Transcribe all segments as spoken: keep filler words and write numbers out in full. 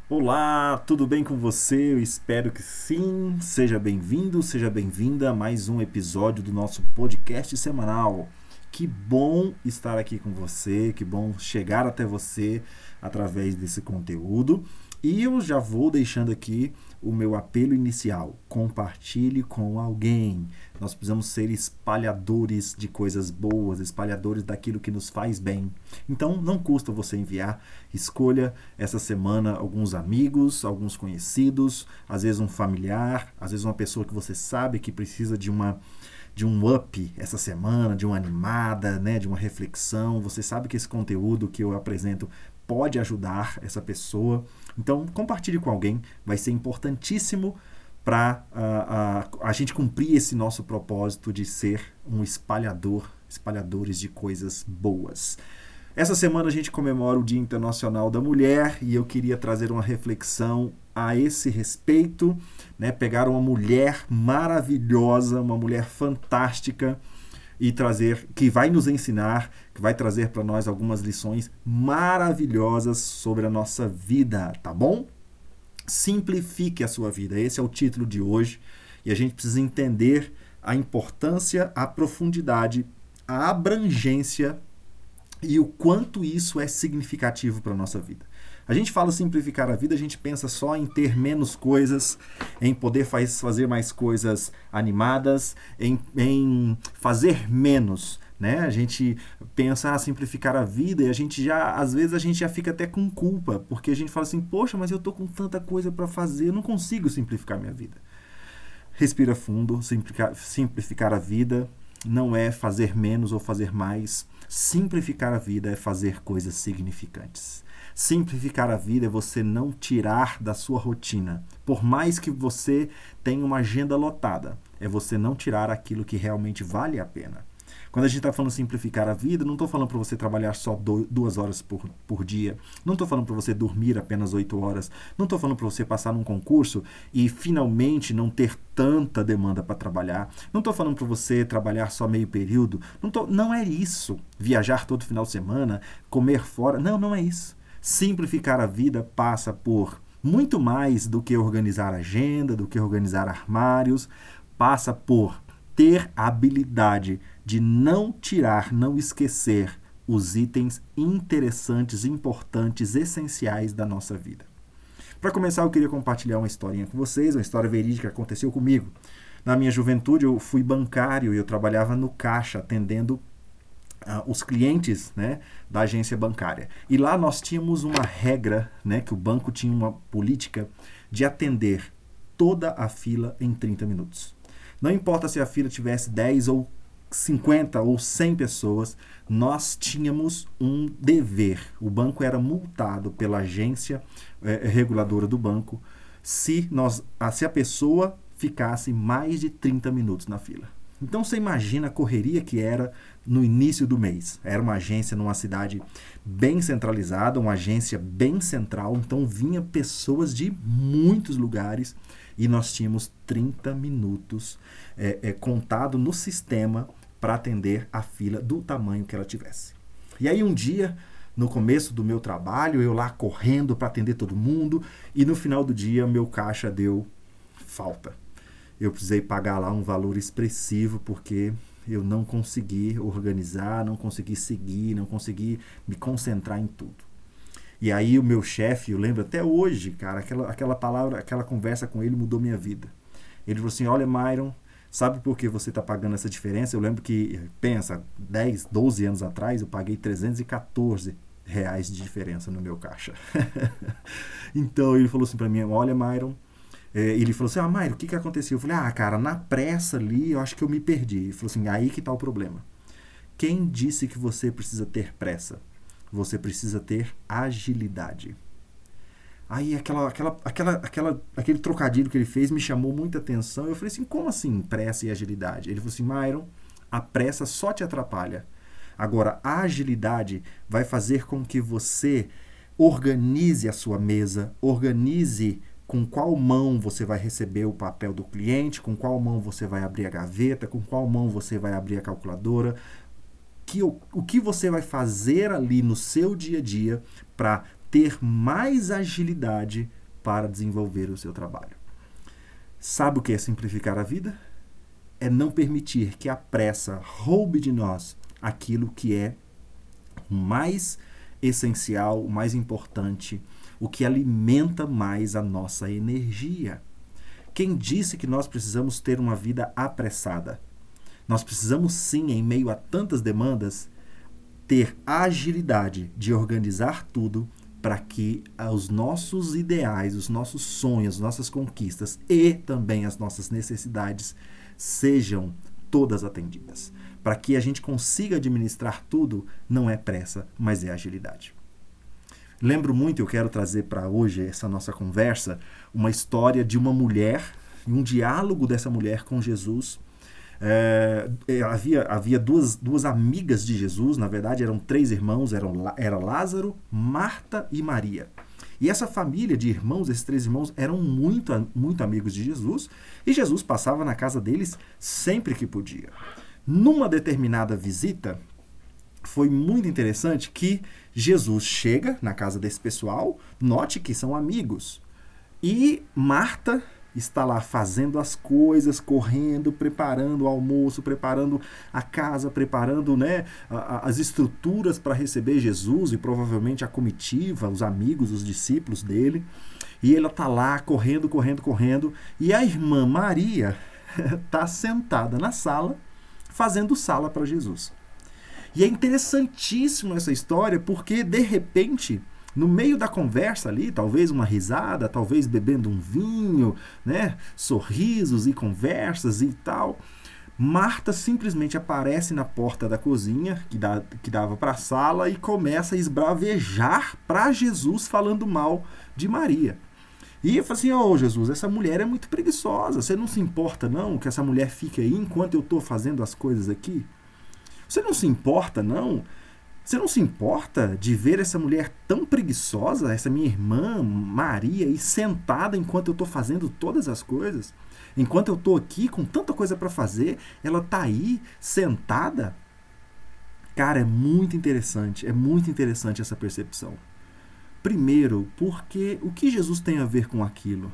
Olá, tudo bem com você? Eu espero que sim. Seja bem-vindo, seja bem-vinda a mais um episódio do nosso podcast semanal. Que bom estar aqui com você, que bom chegar até você através desse conteúdo. E eu já vou deixando aqui o meu apelo inicial. Compartilhe com alguém. Nós precisamos ser espalhadores de coisas boas, espalhadores daquilo que nos faz bem. Então, não custa você enviar. Escolha essa semana alguns amigos, alguns conhecidos, às vezes um familiar, às vezes uma pessoa que você sabe que precisa de uma de um up essa semana, de uma animada, né, de uma reflexão. Você sabe que esse conteúdo que eu apresento pode ajudar essa pessoa. Então, compartilhe com alguém. Vai ser importantíssimo para uh, uh, a gente cumprir esse nosso propósito de ser um espalhador, espalhadores de coisas boas. Essa semana a gente comemora o Dia Internacional da Mulher e eu queria trazer uma reflexão a esse respeito, né? Pegar uma mulher maravilhosa, uma mulher fantástica e trazer, que vai nos ensinar, que vai trazer para nós algumas lições maravilhosas sobre a nossa vida, tá bom? Simplifique a sua vida, esse é o título de hoje e a gente precisa entender a importância, a profundidade, a abrangência e o quanto isso é significativo para a nossa vida. A gente fala simplificar a vida, a gente pensa só em ter menos coisas, em poder faz, fazer mais coisas animadas, em, em fazer menos, né? A gente pensa ah, simplificar a vida e a gente já, às vezes a gente já fica até com culpa, porque a gente fala assim, poxa, mas eu tô com tanta coisa para fazer, eu não consigo simplificar minha vida. Respira fundo, simplificar, simplificar a vida não é fazer menos ou fazer mais. Simplificar a vida é fazer coisas significantes. Simplificar a vida é você não tirar da sua rotina. Por mais que você tenha uma agenda lotada, é você não tirar aquilo que realmente vale a pena. Quando a gente está falando simplificar a vida, não estou falando para você trabalhar só do, duas horas por, por dia. Não estou falando para você dormir apenas oito horas. Não estou falando para você passar num concurso e finalmente não ter tanta demanda para trabalhar. Não estou falando para você trabalhar só meio período. Não, tô, não é isso. Viajar todo final de semana, comer fora. Não, não é isso. Simplificar a vida passa por muito mais do que organizar agenda, do que organizar armários. Passa por ter a habilidade de não tirar, não esquecer os itens interessantes, importantes, essenciais da nossa vida. Para começar, eu queria compartilhar uma historinha com vocês, uma história verídica que aconteceu comigo. Na minha juventude, eu fui bancário e eu trabalhava no caixa, atendendo uh, os clientes, né, da agência bancária. E lá nós tínhamos uma regra, né, que o banco tinha uma política de atender toda a fila em trinta minutos. Não importa se a fila tivesse dez ou cinquenta ou cem pessoas, nós tínhamos um dever. O banco era multado pela agência eh, reguladora do banco se, nós, se a pessoa ficasse mais de trinta minutos na fila. Então você imagina a correria que era no início do mês. Era uma agência numa cidade bem centralizada, uma agência bem central, então vinha pessoas de muitos lugares e nós tínhamos trinta minutos é, é, contado no sistema para atender a fila do tamanho que ela tivesse. E aí um dia, no começo do meu trabalho, eu lá correndo para atender todo mundo e no final do dia meu caixa deu falta. Eu precisei pagar lá um valor expressivo porque eu não consegui organizar, não consegui seguir, não consegui me concentrar em tudo. E aí o meu chefe, eu lembro até hoje, cara, aquela, aquela palavra, aquela conversa com ele mudou minha vida. Ele falou assim, olha Myron, sabe por que você está pagando essa diferença? Eu lembro que, pensa, dez, doze anos atrás eu paguei trezentos e quatorze reais de diferença no meu caixa. Então ele falou assim para mim, olha Myron, ele falou assim, ah, Myron, o que, que aconteceu? Eu falei, ah, cara, na pressa ali eu acho que eu me perdi. Ele falou assim, aí que está o problema. Quem disse que você precisa ter pressa? Você precisa ter agilidade. Aí aquela, aquela, aquela, aquela, aquele trocadilho que ele fez me chamou muita atenção. Eu falei assim, como assim pressa e agilidade? Ele falou assim, Myron, a pressa só te atrapalha. Agora, a agilidade vai fazer com que você organize a sua mesa, organize com qual mão você vai receber o papel do cliente, com qual mão você vai abrir a gaveta, com qual mão você vai abrir a calculadora, que, o, o que você vai fazer ali no seu dia a dia para ter mais agilidade para desenvolver o seu trabalho. Sabe o que é simplificar a vida? É não permitir que a pressa roube de nós aquilo que é o mais essencial, o mais importante, o que alimenta mais a nossa energia. Quem disse que nós precisamos ter uma vida apressada? Nós precisamos sim, em meio a tantas demandas, ter a agilidade de organizar tudo para que os nossos ideais, os nossos sonhos, as nossas conquistas e também as nossas necessidades sejam todas atendidas. Para que a gente consiga administrar tudo, não é pressa, mas é agilidade. Lembro muito, eu quero trazer para hoje essa nossa conversa, uma história de uma mulher, um diálogo dessa mulher com Jesus. É, havia havia duas, duas amigas de Jesus, na verdade eram três irmãos, eram, era Lázaro, Marta e Maria. E essa família de irmãos, esses três irmãos, eram muito, muito amigos de Jesus, e Jesus passava na casa deles sempre que podia. Numa determinada visita, foi muito interessante que Jesus chega na casa desse pessoal, note que são amigos, e Marta está lá fazendo as coisas, correndo, preparando o almoço, preparando a casa, preparando, né, as estruturas para receber Jesus e provavelmente a comitiva, os amigos, os discípulos dele. E ela está lá correndo, correndo, correndo. E a irmã Maria está sentada na sala, fazendo sala para Jesus. E é interessantíssimo essa história porque, de repente, no meio da conversa ali, talvez uma risada, talvez bebendo um vinho, né, sorrisos e conversas e tal, Marta simplesmente aparece na porta da cozinha, que, dá, que dava para a sala, e começa a esbravejar para Jesus, falando mal de Maria. E eu falei assim, ô oh, Jesus, essa mulher é muito preguiçosa, você não se importa não que essa mulher fique aí enquanto eu estou fazendo as coisas aqui? Você não se importa não? Você não se importa de ver essa mulher tão preguiçosa, essa minha irmã Maria, aí sentada enquanto eu estou fazendo todas as coisas? Enquanto eu estou aqui com tanta coisa para fazer, ela está aí sentada? Cara, é muito interessante, é muito interessante essa percepção. Primeiro, porque o que Jesus tem a ver com aquilo?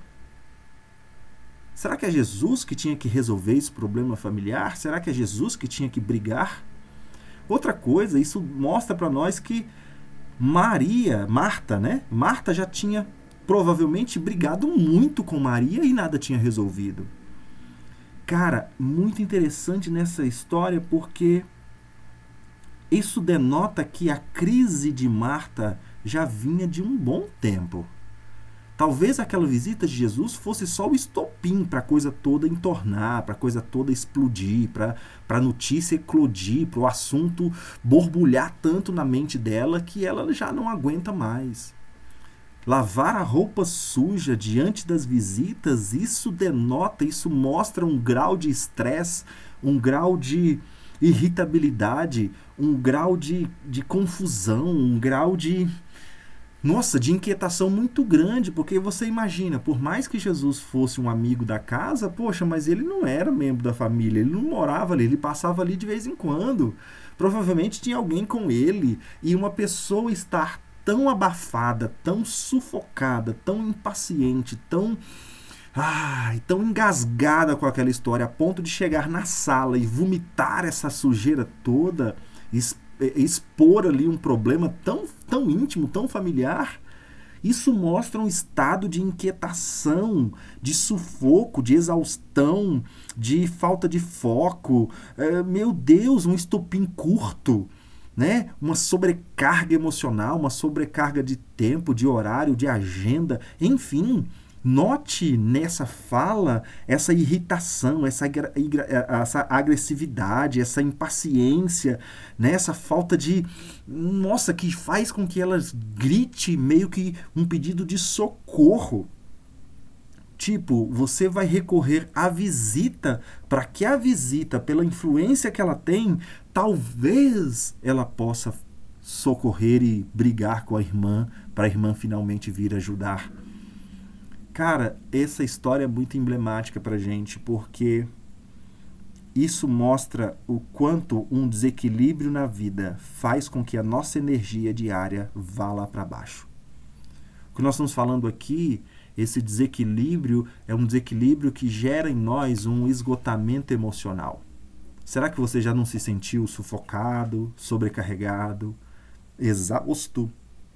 Será que é Jesus que tinha que resolver esse problema familiar? Será que é Jesus que tinha que brigar? Outra coisa, isso mostra para nós que Maria, Marta, né? Marta já tinha provavelmente brigado muito com Maria e nada tinha resolvido. Cara, muito interessante nessa história porque isso denota que a crise de Marta já vinha de um bom tempo. Talvez aquela visita de Jesus fosse só o estopim para a coisa toda entornar, para a coisa toda explodir, para a notícia eclodir, para o assunto borbulhar tanto na mente dela que ela já não aguenta mais. Lavar a roupa suja diante das visitas, isso denota, isso mostra um grau de estresse, um grau de irritabilidade, um grau de, de confusão, um grau de... Nossa, de inquietação muito grande, porque você imagina, por mais que Jesus fosse um amigo da casa, poxa, mas ele não era membro da família, ele não morava ali, ele passava ali de vez em quando. Provavelmente tinha alguém com ele, e uma pessoa estar tão abafada, tão sufocada, tão impaciente, tão, ai, tão engasgada com aquela história, a ponto de chegar na sala e vomitar essa sujeira toda, expor ali um problema tão, tão íntimo, tão familiar, isso mostra um estado de inquietação, de sufoco, de exaustão, de falta de foco. É, meu Deus, um estopim curto, né? Uma sobrecarga emocional, uma sobrecarga de tempo, de horário, de agenda, enfim. Note nessa fala essa irritação, essa, essa agressividade, essa impaciência, né? Essa falta de... Nossa, que faz com que ela grite meio que um pedido de socorro. Tipo, você vai recorrer à visita para que a visita, pela influência que ela tem, talvez ela possa socorrer e brigar com a irmã para a irmã finalmente vir ajudar. Cara, essa história é muito emblemática pra gente, porque isso mostra o quanto um desequilíbrio na vida faz com que a nossa energia diária vá lá para baixo. O que nós estamos falando aqui Esse desequilíbrio é um desequilíbrio que gera em nós um esgotamento emocional. Será que você já não se sentiu sufocado, sobrecarregado, exausto,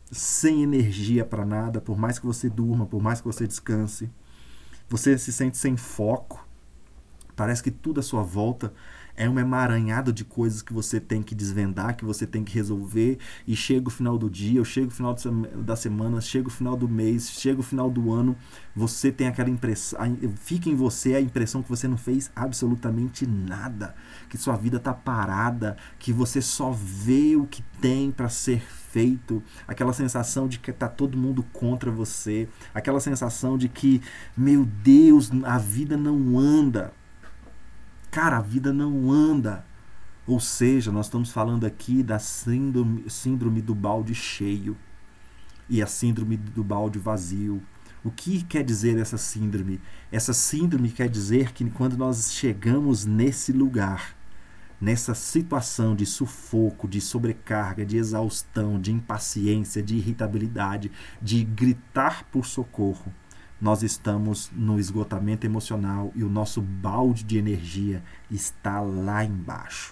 sem energia para nada, por mais que você durma, por mais que você descanse? Você se sente sem foco. Parece que tudo à sua volta é um emaranhado de coisas que você tem que desvendar, que você tem que resolver, e chega o final do dia, ou chega o final da semana, chega o final do mês, chega o final do ano, você tem aquela impressão, fica em você a impressão que você não fez absolutamente nada, que sua vida está parada, que você só vê o que tem para ser feito, aquela sensação de que está todo mundo contra você, aquela sensação de que, meu Deus, a vida não anda. Cara, a vida não anda. Ou seja, nós estamos falando aqui da síndrome, síndrome do balde cheio e a síndrome do balde vazio. O que quer dizer essa síndrome? Essa síndrome quer dizer que quando nós chegamos nesse lugar, nessa situação de sufoco, de sobrecarga, de exaustão, de impaciência, de irritabilidade, de gritar por socorro, nós estamos no esgotamento emocional e o nosso balde de energia está lá embaixo.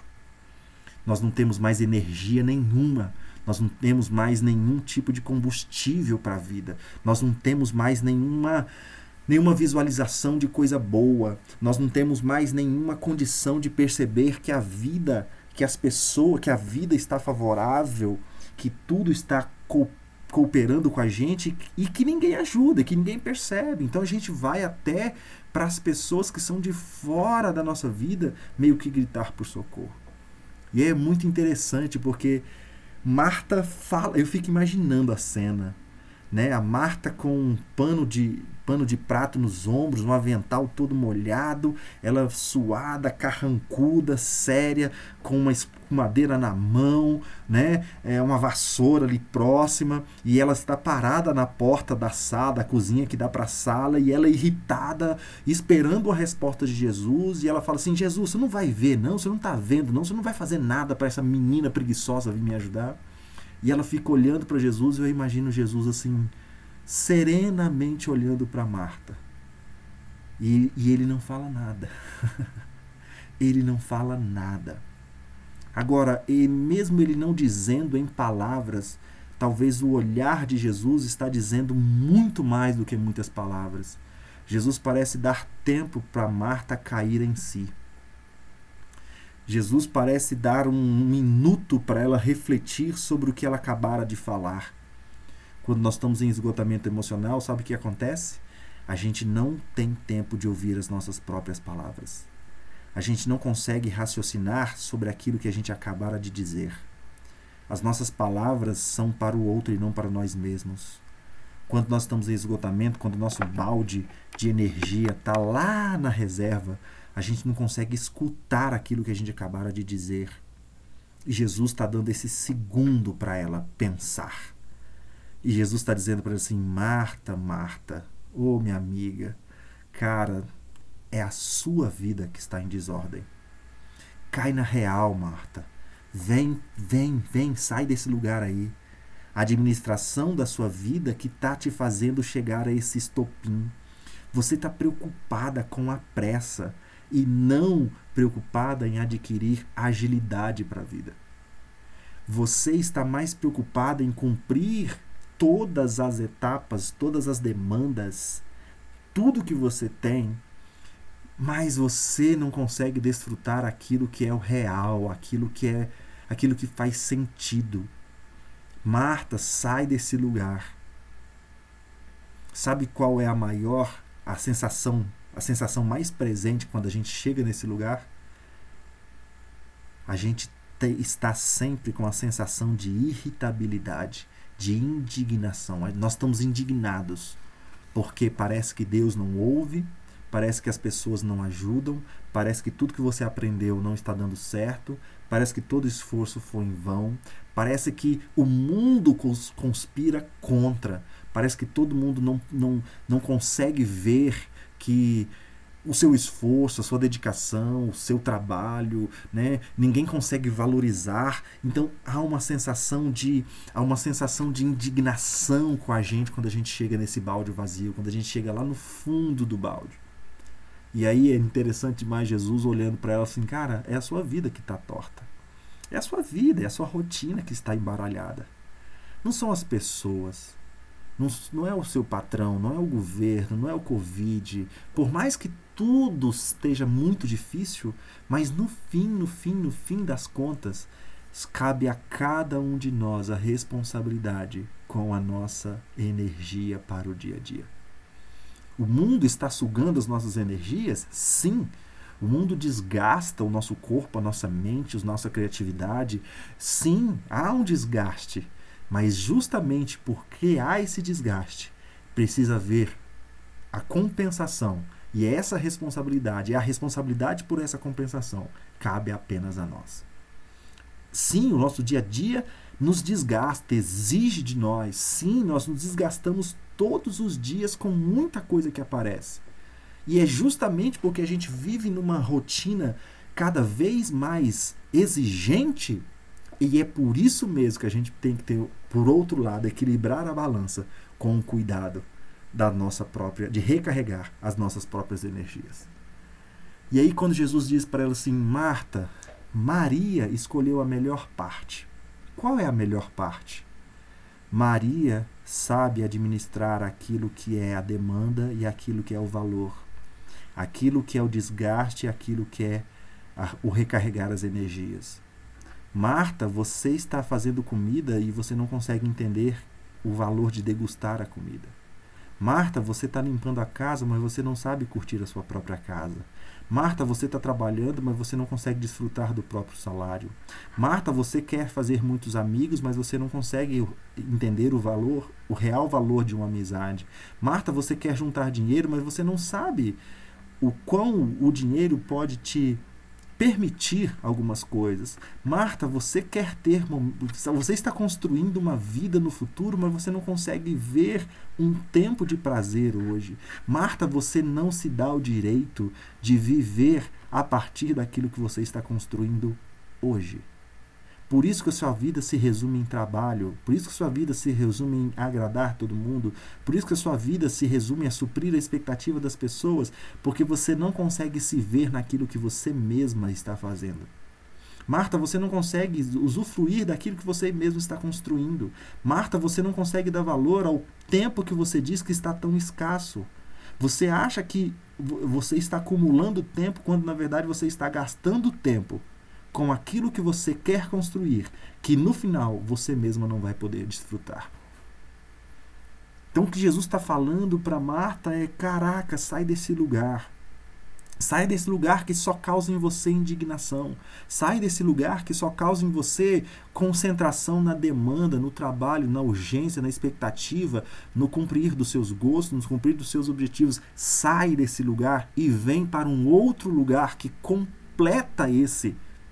Nós não temos mais energia nenhuma, nós não temos mais nenhum tipo de combustível para a vida, nós não temos mais nenhuma, nenhuma visualização de coisa boa, nós não temos mais nenhuma condição de perceber que a vida, que as pessoas, que a vida está favorável, que tudo está cooperando, cooperando com a gente e que ninguém ajuda, que ninguém percebe. Então a gente vai até para as pessoas que são de fora da nossa vida meio que gritar por socorro. E é muito interessante porque Marta fala, eu fico imaginando a cena, né? A Marta com um pano de, pano de prato nos ombros, um avental todo molhado, ela suada, carrancuda, séria, com uma escumadeira na mão, né? É uma vassoura ali próxima, e ela está parada na porta da sala, da cozinha que dá para a sala, e ela irritada, esperando a resposta de Jesus, e ela fala assim: Jesus, você não vai ver não, você não está vendo não, você não vai fazer nada para essa menina preguiçosa vir me ajudar? E ela fica olhando para Jesus, e eu imagino Jesus assim, serenamente olhando para Marta. E, e ele não fala nada. Ele não fala nada. Agora, e mesmo ele não dizendo em palavras, talvez o olhar de Jesus está dizendo muito mais do que muitas palavras. Jesus parece dar tempo para Marta cair em si. Jesus parece dar um minuto para ela refletir sobre o que ela acabara de falar. Quando nós estamos em esgotamento emocional, sabe o que acontece? A gente não tem tempo de ouvir as nossas próprias palavras. A gente não consegue raciocinar sobre aquilo que a gente acabara de dizer. As nossas palavras são para o outro e não para nós mesmos. Quando nós estamos em esgotamento, quando o nosso balde de energia está lá na reserva, a gente não consegue escutar aquilo que a gente acabara de dizer. E Jesus está dando esse segundo para ela pensar. E Jesus está dizendo para ela assim: Marta, Marta, ô minha amiga, cara, é a sua vida que está em desordem. Cai na real, Marta. Vem, vem, vem, sai desse lugar aí. A administração da sua vida que está te fazendo chegar a esse estopim. Você está preocupada com a pressa e não preocupada em adquirir agilidade para a vida. Você está mais preocupada em cumprir todas as etapas, todas as demandas, tudo que você tem, mas você não consegue desfrutar aquilo que é o real, aquilo que é, aquilo que faz sentido. Marta, sai desse lugar. Sabe qual é a maior, a sensação, a sensação mais presente quando a gente chega nesse lugar? A gente te, está sempre com a sensação de irritabilidade, de indignação. Nós estamos indignados porque parece que Deus não ouve, parece que as pessoas não ajudam, parece que tudo que você aprendeu não está dando certo, parece que todo esforço foi em vão, parece que o mundo conspira contra, parece que todo mundo não, não, não consegue ver que o seu esforço, a sua dedicação, o seu trabalho, né? Ninguém consegue valorizar. Então há uma sensação de há uma sensação de indignação com a gente quando a gente chega nesse balde vazio, quando a gente chega lá no fundo do balde. E aí é interessante demais Jesus olhando para ela assim, cara, é a sua vida que está torta. É a sua vida, é a sua rotina que está embaralhada. Não são as pessoas. Não, não é o seu patrão, não é o governo, não é o Covid. Por mais que tudo esteja muito difícil, mas no fim, no fim, no fim das contas, cabe a cada um de nós a responsabilidade com a nossa energia para o dia a dia. O mundo está sugando as nossas energias? Sim. O mundo desgasta o nosso corpo, a nossa mente, a nossa criatividade. Sim, há um desgaste. Mas justamente porque há esse desgaste, precisa haver a compensação. E essa responsabilidade, a responsabilidade por essa compensação, cabe apenas a nós. Sim, o nosso dia a dia nos desgasta, exige de nós. Sim, nós nos desgastamos todos os dias com muita coisa que aparece. E é justamente porque a gente vive numa rotina cada vez mais exigente. E é por isso mesmo que a gente tem que ter, por outro lado, equilibrar a balança com o cuidado da nossa própria, de recarregar as nossas próprias energias. E aí quando Jesus diz para ela assim, Marta, Maria escolheu a melhor parte. Qual é a melhor parte? Maria sabe administrar aquilo que é a demanda e aquilo que é o valor. Aquilo que é o desgaste e aquilo que é a, o recarregar as energias. Marta, você está fazendo comida e você não consegue entender o valor de degustar a comida. Marta, você está limpando a casa, mas você não sabe curtir a sua própria casa. Marta, você está trabalhando, mas você não consegue desfrutar do próprio salário. Marta, você quer fazer muitos amigos, mas você não consegue entender o valor, o real valor de uma amizade. Marta, você quer juntar dinheiro, mas você não sabe o quão o dinheiro pode te permitir algumas coisas. Marta, você quer ter, você está construindo uma vida no futuro, mas você não consegue ver um tempo de prazer hoje. Marta, você não se dá o direito de viver a partir daquilo que você está construindo hoje. Por isso que a sua vida se resume em trabalho, por isso que a sua vida se resume em agradar todo mundo, por isso que a sua vida se resume a suprir a expectativa das pessoas, porque você não consegue se ver naquilo que você mesma está fazendo. Marta, você não consegue usufruir daquilo que você mesmo está construindo. Marta, você não consegue dar valor ao tempo que você diz que está tão escasso. Você acha que você está acumulando tempo quando na verdade você está gastando tempo com aquilo que você quer construir, que no final você mesma não vai poder desfrutar. Então o que Jesus está falando para Marta é, caraca, sai desse lugar. Sai desse lugar que só causa em você indignação. Sai desse lugar que só causa em você concentração na demanda, no trabalho, na urgência, na expectativa, no cumprir dos seus gostos, no cumprir dos seus objetivos. Sai desse lugar e vem para um outro lugar que completa esse.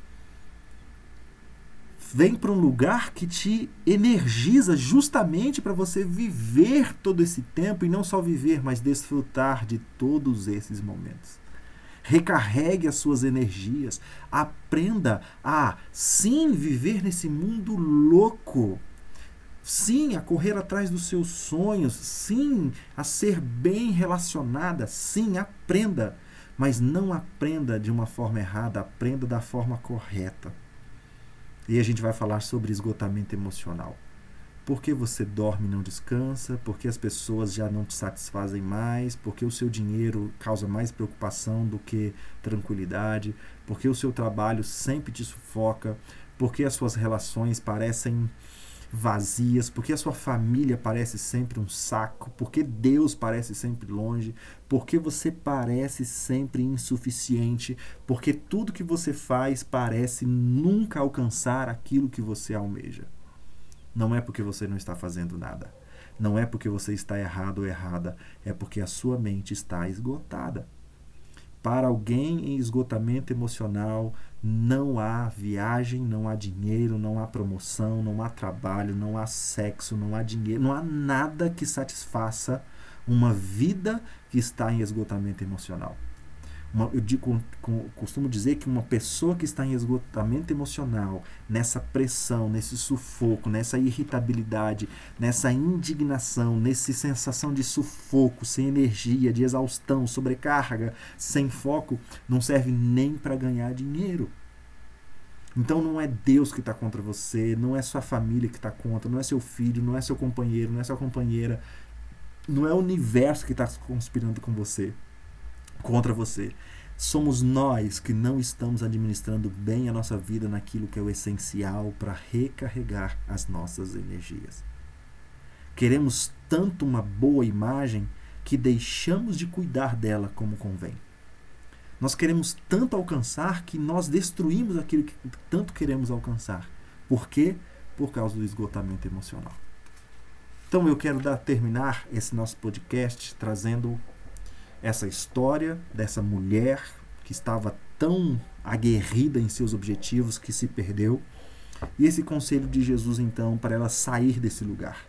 Vem para um lugar que te energiza justamente para você viver todo esse tempo e não só viver, mas desfrutar de todos esses momentos. Recarregue as suas energias. Aprenda a, sim, viver nesse mundo louco. Sim, a correr atrás dos seus sonhos. Sim, a ser bem relacionada. Sim, aprenda. Mas não aprenda de uma forma errada. Aprenda da forma correta. E a gente vai falar sobre esgotamento emocional. Por que você dorme e não descansa? Por que as pessoas já não te satisfazem mais? Por que o seu dinheiro causa mais preocupação do que tranquilidade? Por que o seu trabalho sempre te sufoca? Por que as suas relações parecem vazias? Por que a sua família parece sempre um saco? Por que Deus parece sempre longe? Por que você parece sempre insuficiente? Porque tudo que você faz parece nunca alcançar aquilo que você almeja. Não é porque você não está fazendo nada. Não é porque você está errado ou errada. É porque a sua mente está esgotada. Para alguém em esgotamento emocional, não há viagem, não há dinheiro, não há promoção, não há trabalho, não há sexo, não há dinheiro, não há nada que satisfaça uma vida que está em esgotamento emocional. Uma, eu digo, com, costumo dizer que uma pessoa que está em esgotamento emocional, nessa pressão, nesse sufoco, nessa irritabilidade, nessa indignação, nessa sensação de sufoco, sem energia, de exaustão, sobrecarga, sem foco, não serve nem para ganhar dinheiro. Então não é Deus que está contra você, não é sua família que está contra, não é seu filho, não é seu companheiro, não é sua companheira, não é o universo que está conspirando com você, contra você. Somos nós que não estamos administrando bem a nossa vida naquilo que é o essencial para recarregar as nossas energias. Queremos tanto uma boa imagem que deixamos de cuidar dela como convém. Nós queremos tanto alcançar que nós destruímos aquilo que tanto queremos alcançar. Por quê? Por causa do esgotamento emocional. Então eu quero dar, terminar esse nosso podcast trazendo essa história dessa mulher que estava tão aguerrida em seus objetivos que se perdeu. E esse conselho de Jesus, então, para ela sair desse lugar.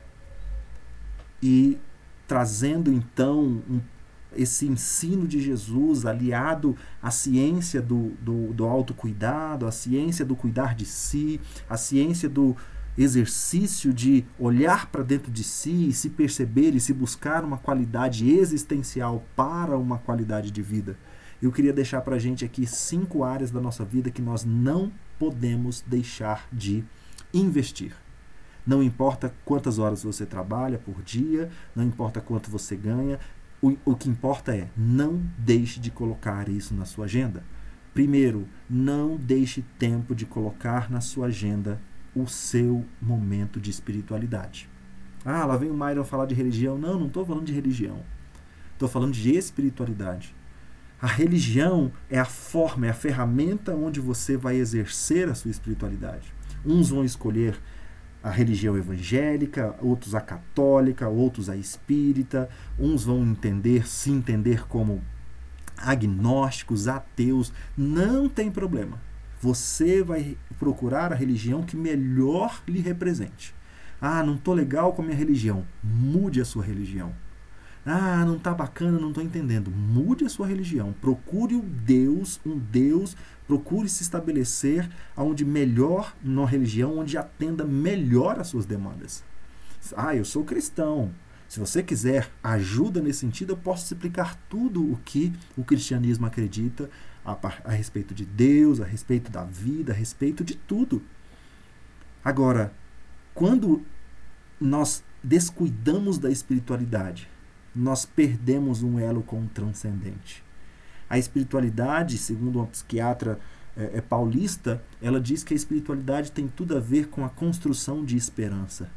E trazendo, então, um, esse ensino de Jesus aliado à ciência do, do, do autocuidado, à ciência do cuidar de si, à ciência do exercício de olhar para dentro de si e se perceber e se buscar uma qualidade existencial para uma qualidade de vida. Eu queria deixar para a gente aqui cinco áreas da nossa vida que nós não podemos deixar de investir. Não importa quantas horas você trabalha por dia, não importa quanto você ganha, o, o que importa é não deixe de colocar isso na sua agenda. Primeiro, não deixe tempo de colocar na sua agenda o seu momento de espiritualidade. Ah, lá vem o Myron falar de religião. Não, não estou falando de religião. Estou falando de espiritualidade. A religião é a forma, é a ferramenta onde você vai exercer a sua espiritualidade. Uns vão escolher a religião evangélica, outros a católica, outros a espírita. Uns vão entender, se entender como agnósticos, ateus. Não tem problema. Você vai procurar a religião que melhor lhe represente. Ah, não estou legal com a minha religião. Mude a sua religião. Ah, não está bacana, não estou entendendo. Mude a sua religião. Procure um Deus, um Deus, procure se estabelecer onde melhor, numa religião onde atenda melhor as suas demandas. Ah, eu sou cristão. Se você quiser ajuda nesse sentido, eu posso explicar tudo o que o cristianismo acredita a, a respeito de Deus, a respeito da vida, a respeito de tudo. Agora, quando nós descuidamos da espiritualidade, nós perdemos um elo com o transcendente. A espiritualidade, segundo uma psiquiatra é, é, paulista, ela diz que a espiritualidade tem tudo a ver com a construção de esperança.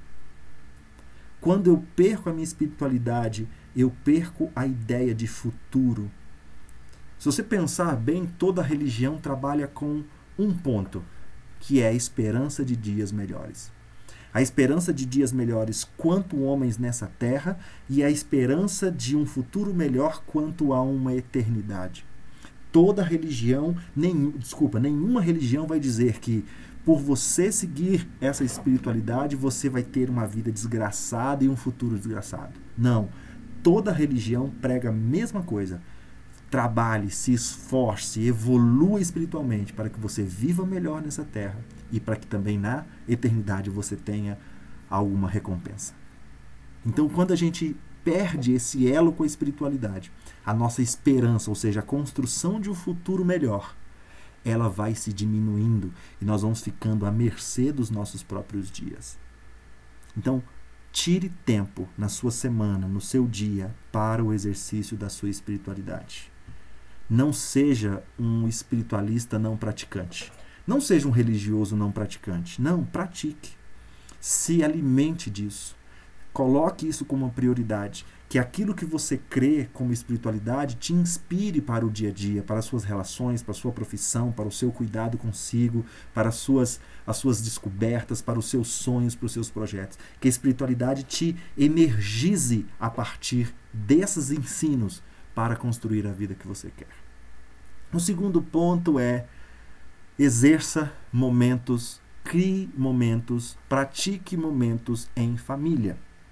Quando eu perco a minha espiritualidade, eu perco a ideia de futuro. Se você pensar bem, toda religião trabalha com um ponto, que é a esperança de dias melhores. A esperança de dias melhores quanto homens nessa terra e a esperança de um futuro melhor quanto a uma eternidade. Toda religião, nenhum, desculpa, nenhuma religião vai dizer que por você seguir essa espiritualidade, você vai ter uma vida desgraçada e um futuro desgraçado. Não. Toda religião prega a mesma coisa. Trabalhe, se esforce, evolua espiritualmente para que você viva melhor nessa terra e para que também na eternidade você tenha alguma recompensa. Então, quando a gente perde esse elo com a espiritualidade, a nossa esperança, ou seja, a construção de um futuro melhor, ela vai se diminuindo e nós vamos ficando à mercê dos nossos próprios dias. Então, tire tempo na sua semana, no seu dia, para o exercício da sua espiritualidade. Não seja um espiritualista não praticante. Não seja um religioso não praticante. Não, pratique. Se alimente disso. Coloque isso como uma prioridade. Que aquilo que você crê como espiritualidade te inspire para o dia a dia, para as suas relações, para a sua profissão, para o seu cuidado consigo, para as suas, as suas descobertas, para os seus sonhos, para os seus projetos. Que a espiritualidade te energize a partir desses ensinos para construir a vida que você quer. O segundo ponto é exerça momentos, crie momentos, pratique momentos em família.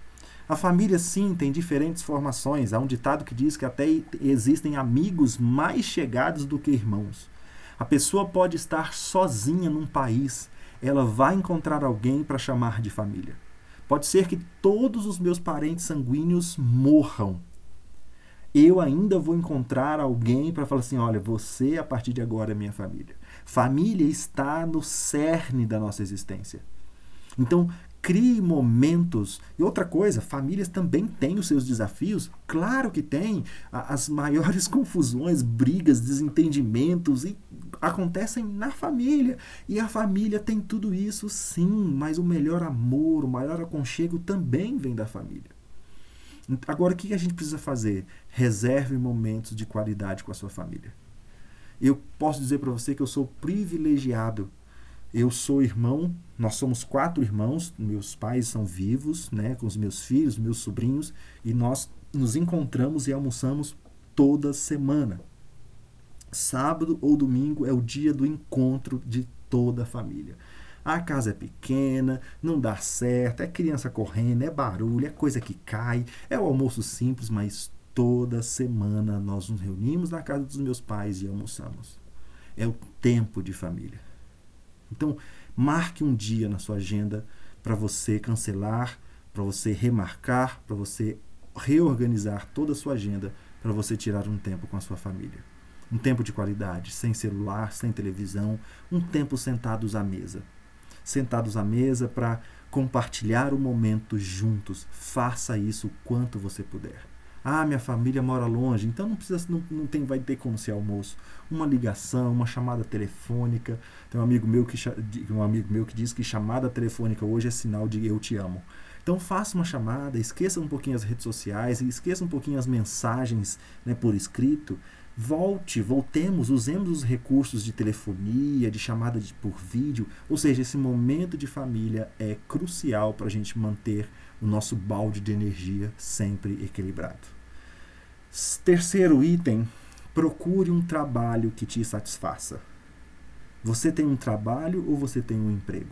A família, sim, tem diferentes formações. Há um ditado que diz que até existem amigos mais chegados do que irmãos. A pessoa pode estar sozinha num país, ela vai encontrar alguém para chamar de família. Pode ser que todos os meus parentes sanguíneos morram. Eu ainda vou encontrar alguém para falar assim, olha, você a partir de agora é minha família. Família está no cerne da nossa existência. Então, crie momentos. E outra coisa, famílias também têm os seus desafios. Claro que tem. As maiores confusões, brigas, desentendimentos e acontecem na família. E a família tem tudo isso, sim. Mas o melhor amor, o maior aconchego também vem da família. Agora, o que a gente precisa fazer? Reserve momentos de qualidade com a sua família. Eu posso dizer para você que eu sou privilegiado. Eu sou irmão, nós somos quatro irmãos, meus pais são vivos, né, com os meus filhos, meus sobrinhos, e nós nos encontramos e almoçamos toda semana. Sábado ou domingo é o dia do encontro de toda a família. A casa é pequena, não dá certo, é criança correndo, é barulho, é coisa que cai, é o almoço simples, mas toda semana nós nos reunimos na casa dos meus pais e almoçamos. É o tempo de família. Então, marque um dia na sua agenda para você cancelar, para você remarcar, para você reorganizar toda a sua agenda, para você tirar um tempo com a sua família. Um tempo de qualidade, sem celular, sem televisão, um tempo sentados à mesa. Sentados à mesa para compartilhar o momento juntos. Faça isso o quanto você puder. Ah, minha família mora longe, então não precisa, não, não tem, vai ter como ser almoço. Uma ligação, uma chamada telefônica. Tem um amigo meu que um amigo meu que diz que chamada telefônica hoje é sinal de eu te amo. Então faça uma chamada, esqueça um pouquinho as redes sociais, esqueça um pouquinho as mensagens, né, por escrito. Volte, voltemos, usemos os recursos de telefonia, de chamada de, por vídeo. Ou seja, esse momento de família é crucial para a gente manter o nosso balde de energia sempre equilibrado. Terceiro item, procure um trabalho que te satisfaça. Você tem um trabalho ou você tem um emprego?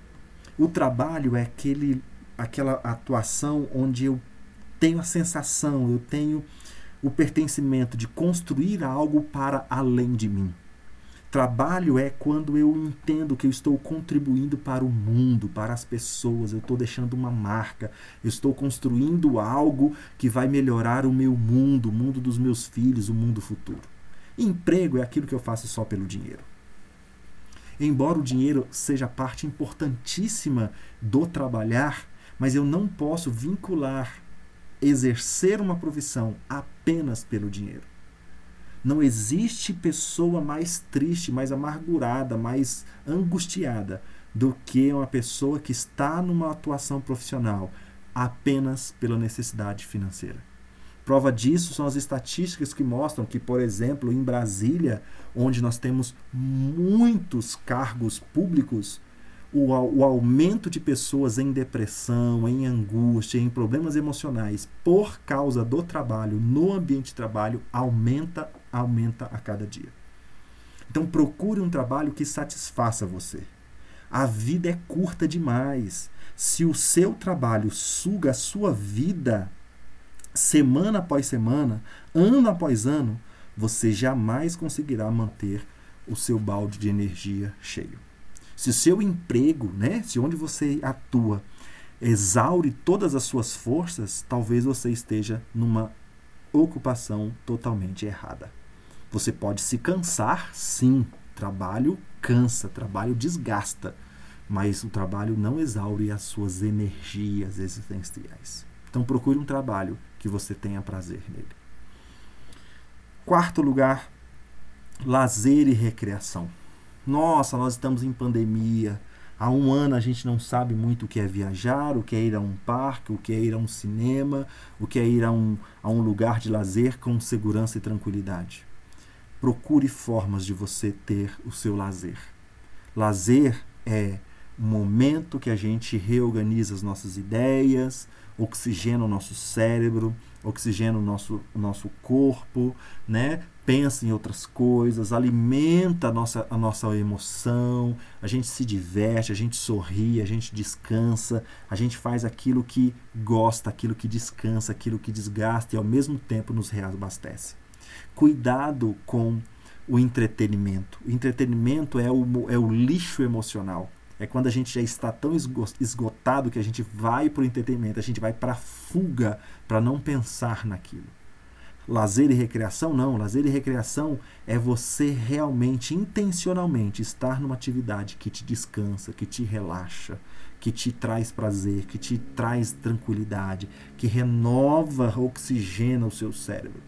O trabalho é aquele, aquela atuação onde eu tenho a sensação, eu tenho o pertencimento de construir algo para além de mim. Trabalho é quando eu entendo que eu estou contribuindo para o mundo, para as pessoas, eu estou deixando uma marca, eu estou construindo algo que vai melhorar o meu mundo, o mundo dos meus filhos, o mundo futuro. Emprego é aquilo que eu faço só pelo dinheiro. Embora o dinheiro seja parte importantíssima do trabalhar, mas eu não posso vincular exercer uma profissão apenas pelo dinheiro. Não existe pessoa mais triste, mais amargurada, mais angustiada do que uma pessoa que está numa atuação profissional apenas pela necessidade financeira. Prova disso são as estatísticas que mostram que, por exemplo, em Brasília, onde nós temos muitos cargos públicos, o, o aumento de pessoas em depressão, em angústia, em problemas emocionais por causa do trabalho, no ambiente de trabalho, aumenta, aumenta a cada dia. Então procure um trabalho que satisfaça você. A vida é curta demais. Se o seu trabalho suga a sua vida, semana após semana, ano após ano, você jamais conseguirá manter o seu balde de energia cheio. Se o seu emprego, né, se onde você atua, exaure todas as suas forças, talvez você esteja numa ocupação totalmente errada. Você pode se cansar, sim. Trabalho cansa, trabalho desgasta, mas o trabalho não exaure as suas energias existenciais. Então procure um trabalho que você tenha prazer nele. Quarto lugar, lazer e recreação. Nossa, nós estamos em pandemia. Há um ano a gente não sabe muito o que é viajar, o que é ir a um parque, o que é ir a um cinema, o que é ir a um, a um lugar de lazer com segurança e tranquilidade. Procure formas de você ter o seu lazer. Lazer é um momento que a gente reorganiza as nossas ideias, oxigena o nosso cérebro, oxigena o nosso, o nosso corpo, né? Pensa em outras coisas, alimenta a nossa, a nossa emoção, a gente se diverte, a gente sorri, a gente descansa, a gente faz aquilo que gosta, aquilo que descansa, aquilo que desgasta e ao mesmo tempo nos reabastece. Cuidado com o entretenimento. O entretenimento é o, é o lixo emocional. É quando a gente já está tão esgotado que a gente vai para o entretenimento, a gente vai para a fuga para não pensar naquilo. Lazer e recreação, não. Lazer e recreação é você realmente, intencionalmente, estar numa atividade que te descansa, que te relaxa, que te traz prazer, que te traz tranquilidade, que renova, oxigena o seu cérebro.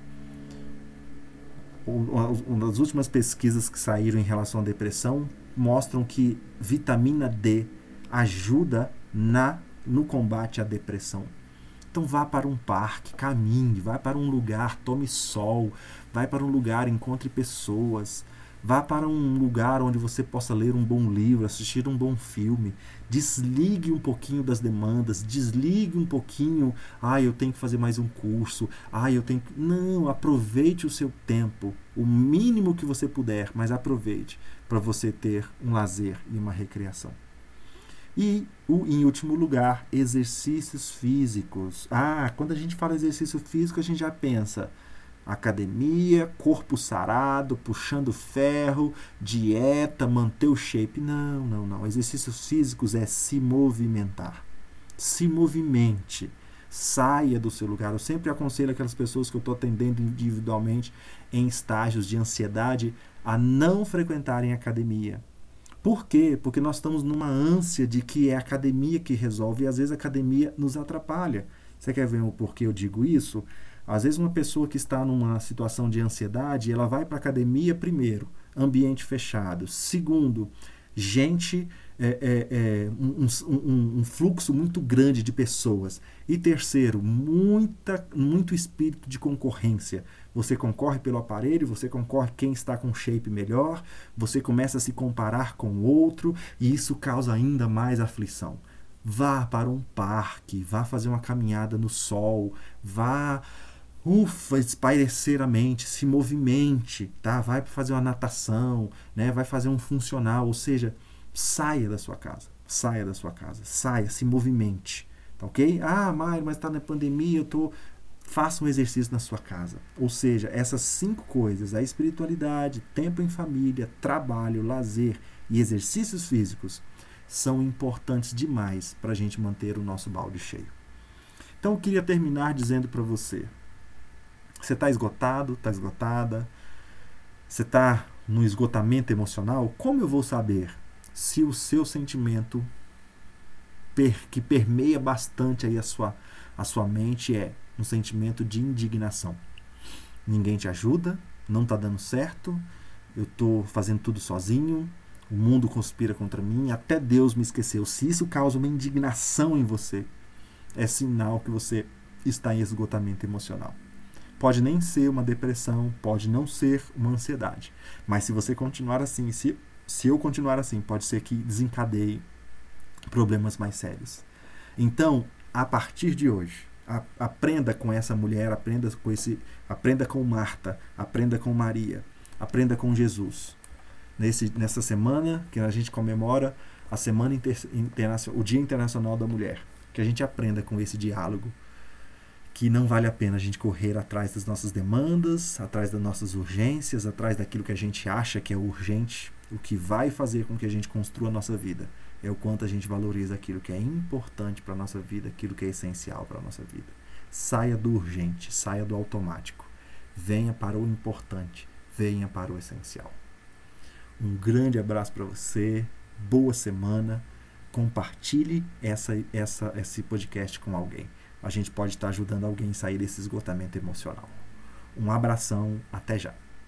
Uma das últimas pesquisas que saíram em relação à depressão mostram que vitamina D ajuda na, no combate à depressão. Então vá para um parque, caminhe, vá para um lugar, tome sol, vá para um lugar, encontre pessoas, vá para um lugar onde você possa ler um bom livro, assistir um bom filme, desligue um pouquinho das demandas, desligue um pouquinho, ah, eu tenho que fazer mais um curso, ah, eu tenho que... Não, aproveite o seu tempo, o mínimo que você puder, mas aproveite para você ter um lazer e uma recreação. E, o, em último lugar, exercícios físicos. Ah, quando a gente fala exercício físico, a gente já pensa academia, corpo sarado, puxando ferro, dieta, manter o shape. Não, não, não. Exercícios físicos é se movimentar. Se movimente. Saia do seu lugar. Eu sempre aconselho aquelas pessoas que eu estou atendendo individualmente em estágios de ansiedade a não frequentarem academia. Por quê? Porque nós estamos numa ânsia de que é a academia que resolve e às vezes a academia nos atrapalha. Você quer ver o porquê eu digo isso? Às vezes uma pessoa que está numa situação de ansiedade, ela vai para a academia primeiro, ambiente fechado. Segundo, gente, é, é, é, um, um, um fluxo muito grande de pessoas. E terceiro, muita, muito espírito de concorrência. Você concorre pelo aparelho, você concorre quem está com shape melhor, você começa a se comparar com o outro e isso causa ainda mais aflição. Vá para um parque, vá fazer uma caminhada no sol, vá, ufa, espairecer a mente, se movimente, tá? Vai fazer uma natação, né? Vai fazer um funcional, ou seja, saia da sua casa, saia da sua casa, saia, se movimente, tá ok? Ah, Mário, mas está na pandemia, eu tô... Faça um exercício na sua casa. Ou seja, essas cinco coisas, a espiritualidade, tempo em família, trabalho, lazer e exercícios físicos, são importantes demais para a gente manter o nosso balde cheio. Então eu queria terminar dizendo para você, você está esgotado, está esgotada, você está no esgotamento emocional, como eu vou saber se o seu sentimento per, que permeia bastante aí a sua, a sua mente é um sentimento de indignação? Ninguém te ajuda, não está dando certo, eu estou fazendo tudo sozinho, o mundo conspira contra mim, até Deus me esqueceu. Se isso causa uma indignação em você, é sinal que você está em esgotamento emocional. Pode nem ser uma depressão, pode não ser uma ansiedade, mas se você continuar assim, se, se eu continuar assim, pode ser que desencadeie problemas mais sérios. Então, a partir de hoje, a, aprenda com essa mulher, aprenda com, esse, aprenda com Marta, aprenda com Maria, aprenda com Jesus. Nesse, nessa semana que a gente comemora a semana inter, internacional, o Dia Internacional da Mulher, que a gente aprenda com esse diálogo, que não vale a pena a gente correr atrás das nossas demandas, atrás das nossas urgências, atrás daquilo que a gente acha que é urgente. O que vai fazer com que a gente construa a nossa vida é o quanto a gente valoriza aquilo que é importante para a nossa vida, aquilo que é essencial para a nossa vida. Saia do urgente, saia do automático. Venha para o importante, venha para o essencial. Um grande abraço para você, boa semana, compartilhe essa, essa, esse podcast com alguém. A gente pode estar ajudando alguém a sair desse esgotamento emocional. Um abração, até já.